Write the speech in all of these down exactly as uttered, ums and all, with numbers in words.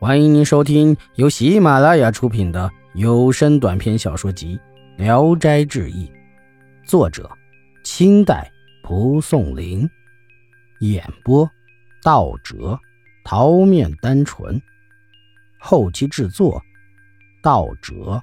欢迎您收听由喜马拉雅出品的有声短篇小说集《聊斋志异》，作者清代蒲松龄，演播道哲、桃面单纯，后期制作道哲。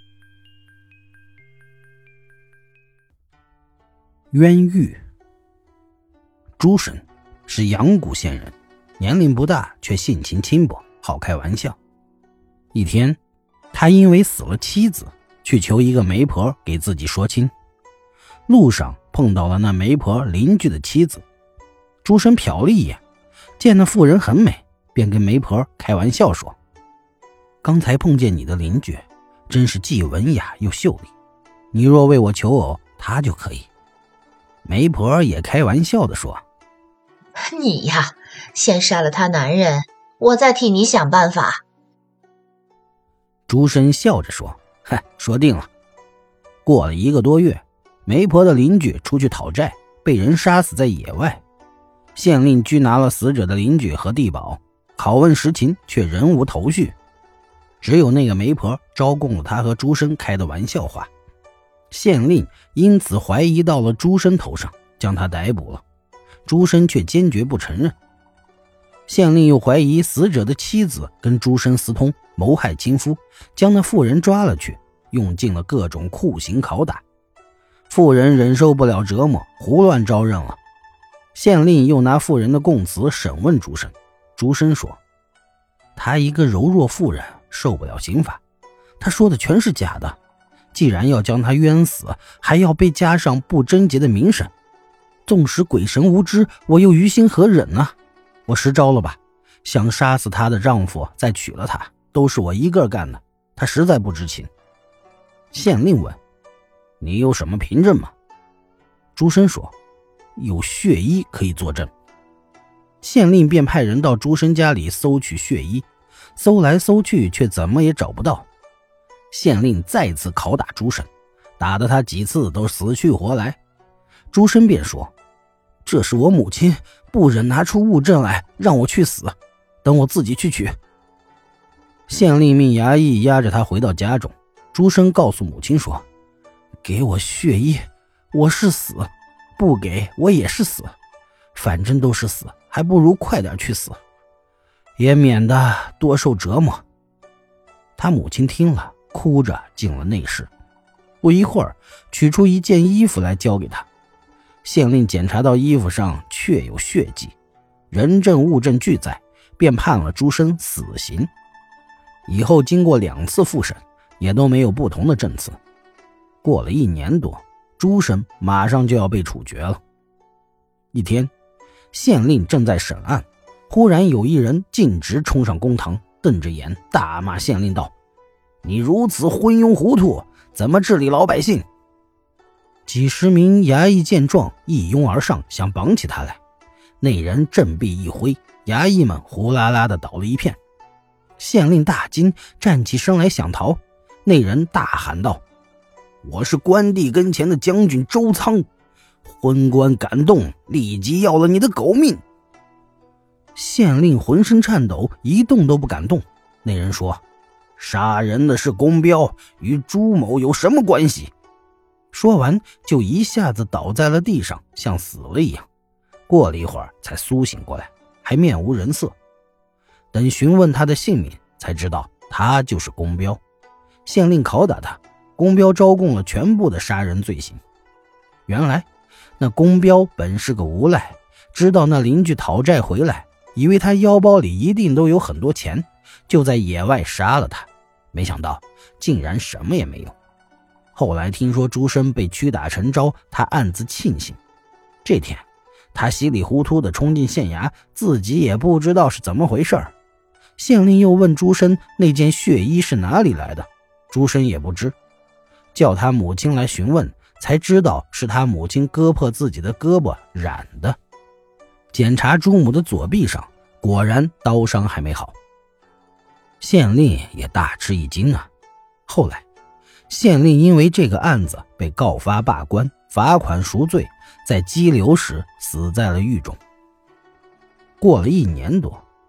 冤狱。朱神是阳谷县人，年龄不大，却性情轻薄，好开玩笑。一天，他因为死了妻子，去求一个媒婆给自己说亲。路上碰到了那媒婆邻居的妻子，朱生瞟了一眼，见那妇人很美，便跟媒婆开玩笑说：刚才碰见你的邻居，真是既文雅又秀丽，你若为我求偶，她就可以。媒婆也开玩笑地说： 你呀，先杀了他男人，我再替你想办法。 朱生笑着说：嗨，说定了。过了一个多月，媒婆的邻居出去讨债，被人杀死在野外。县令拘拿了死者的邻居和地保，拷问实情，却仍无头绪。只有那个媒婆招供了他和朱生开的玩笑话。县令因此怀疑到了朱生头上，将他逮捕了。朱生却坚决不承认。县令又怀疑死者的妻子跟朱生私通，谋害亲夫，将那妇人抓了去，用尽了各种酷刑拷打。妇人忍受不了折磨，胡乱招认了。县令又拿妇人的供词审问朱生。朱生说：他一个柔弱妇人，受不了刑罚，他说的全是假的。既然要将他冤死，还要被加上不贞洁的名声，纵使鬼神无知，我又于心何忍呢？我实招了吧，想杀死她的丈夫，再娶了她，都是我一个干的，她实在不知情。县令问：你有什么凭证吗？朱生说：有血衣可以作证。县令便派人到朱生家里搜取血衣，搜来搜去却怎么也找不到。县令再次拷打朱生，打得他几次都死去活来。朱生便说：这是我母亲，不忍拿出物证来让我去死，等我自己去取。县令命衙役押着他回到家中。朱生告诉母亲说：给我血衣，我是死；不给我也是死，反正都是死，还不如快点去死，也免得多受折磨。他母亲听了，哭着进了内室，不一会儿取出一件衣服来交给他。县令检查到衣服上确有血迹，人证物证俱在，便判了朱生死刑。以后经过两次复审，也都没有不同的证词。过了一年多，朱生马上就要被处决了。一天，县令正在审案，忽然有一人径直冲上公堂，瞪着眼大骂县令道：你如此昏庸糊涂，怎么治理老百姓？几十名衙役见状，一拥而上，想绑起他来。那人振臂一挥，衙役们呼啦啦地倒了一片。县令大惊，站起身来想逃。那人大喊道：我是关帝跟前的将军周仓，昏官敢动，立即要了你的狗命。县令浑身颤抖，一动都不敢动。那人说：杀人的是公彪，与朱某有什么关系？说完就一下子倒在了地上，像死了一样。过了一会儿才苏醒过来，还面无人色。等询问他的姓名，才知道他就是公彪。县令拷打他，公彪招供了全部的杀人罪行。原来那公彪本是个无赖，知道那邻居讨债回来，以为他腰包里一定都有很多钱，就在野外杀了他。没想到竟然什么也没有。后来听说朱生被屈打成招，他暗自庆幸。这天他稀里糊涂地冲进县衙，自己也不知道是怎么回事。县令又问朱生那件血衣是哪里来的，朱生也不知，叫他母亲来询问，才知道是他母亲割破自己的胳膊染的。检查朱母的左臂上，果然刀伤还没好。县令也大吃一惊啊。后来县令因为这个案子被告发罢官，罚款赎罪，在羁留时死在了狱中。过了一年多，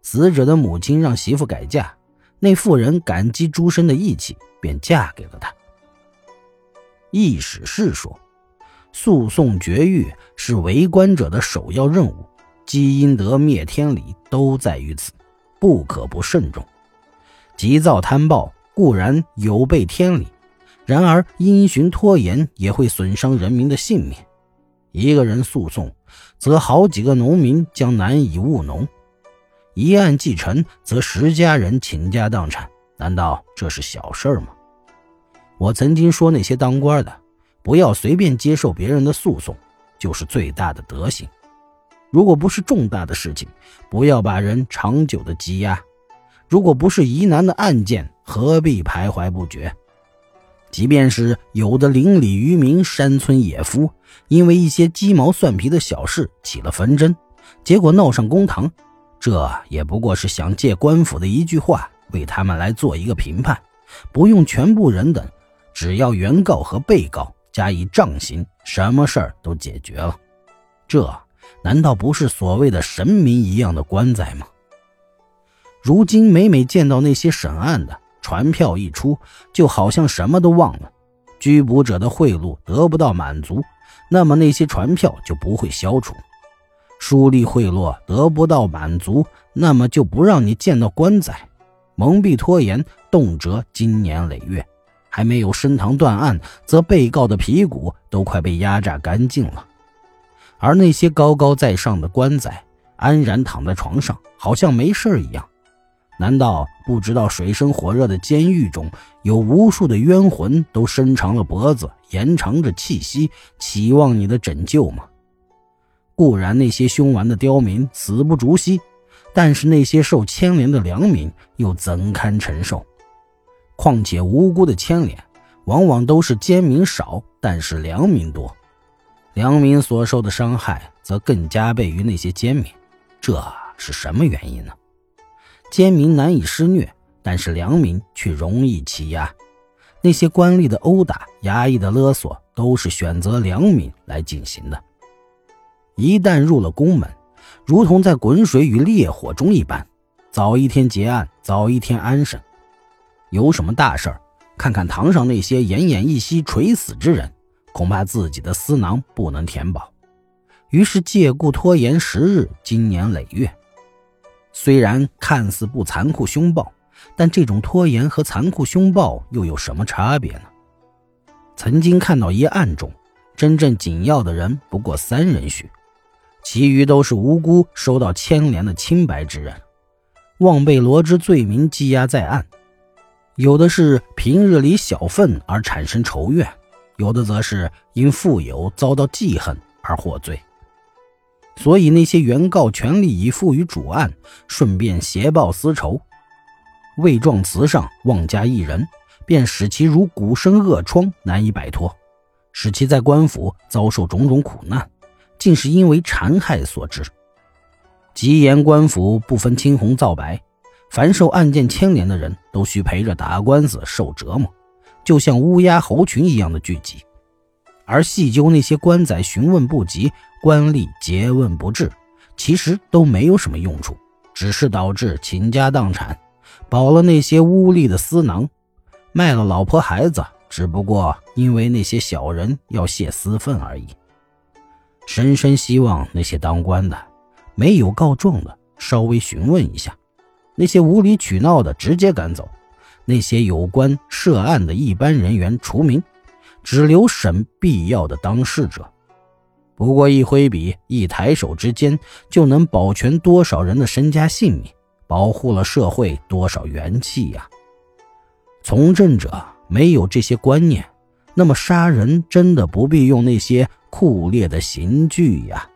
死者的母亲让媳妇改嫁，那妇人感激诸身的义气，便嫁给了他。易史是说，诉讼绝狱是为官者的首要任务，积阴德灭天理都在于此，不可不慎重。急躁贪暴固然有悖天理，然而因循拖延也会损伤人民的性命。一个人诉讼，则好几个农民将难以务农；一案既成，则十家人倾家荡产，难道这是小事吗？我曾经说，那些当官的不要随便接受别人的诉讼，就是最大的德行。如果不是重大的事情，不要把人长久的积压；如果不是疑难的案件，何必徘徊不决？即便是有的邻里渔民、山村野夫，因为一些鸡毛蒜皮的小事起了纷争，结果闹上公堂，这也不过是想借官府的一句话为他们来做一个评判，不用全部人等，只要原告和被告加以杖刑，什么事儿都解决了。这难道不是所谓的神明一样的官宰吗？如今每每见到那些审案的，传票一出，就好像什么都忘了。拘捕者的贿赂得不到满足，那么那些传票就不会消除；疏利贿赂得不到满足，那么就不让你见到官宰。蒙蔽拖延，动辄经年累月，还没有升堂断案，则被告的皮骨都快被压榨干净了。而那些高高在上的官宰，安然躺在床上，好像没事一样。难道不知道水深火热的监狱中有无数的冤魂都伸长了脖子，延长着气息，期望你的拯救吗？固然那些凶顽的刁民死不足惜，但是那些受牵连的良民又怎堪承受？况且无辜的牵连往往都是奸民少，但是良民多，良民所受的伤害则更加倍于那些奸民，这是什么原因呢？奸民难以施虐，但是良民却容易欺压。那些官吏的殴打、衙役的勒索，都是选择良民来进行的。一旦入了宫门，如同在滚水与烈火中一般，早一天结案，早一天安审。有什么大事儿，看看堂上那些奄奄一息垂死之人，恐怕自己的私囊不能填饱，于是借故拖延时日，经年累月。虽然看似不残酷凶暴，但这种拖延和残酷凶暴又有什么差别呢？曾经看到一案中，真正紧要的人不过三人许，其余都是无辜受到牵连的清白之人，望被罗织罪名羁押在案。有的是平日里小愤而产生仇怨，有的则是因富有遭到记恨而获罪。所以那些原告全力以赴于主案，顺便挟报私仇，魏状词上妄加一人，便使其如骨生恶疮，难以摆脱，使其在官府遭受种种苦难，竟是因为残害所致。极言官府不分青红皂白，凡受案件牵连的人都需陪着打官司受折磨，就像乌鸦猴群一样的聚集。而细究那些官宰询问不及，官吏诘问不至，其实都没有什么用处，只是导致倾家荡产，饱了那些污吏的私囊，卖了老婆孩子，只不过因为那些小人要泄私愤而已。深深希望那些当官的，没有告状的稍微询问一下，那些无理取闹的直接赶走，那些有关涉案的一般人员除名，只留审必要的当事者。不过一挥笔一抬手之间，就能保全多少人的身家性命，保护了社会多少元气呀！从政者没有这些观念，那么杀人真的不必用那些酷烈的刑具呀。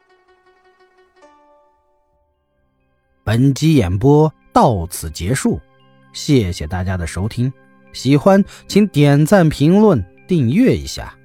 本集演播到此结束，谢谢大家的收听，喜欢请点赞评论订阅一下。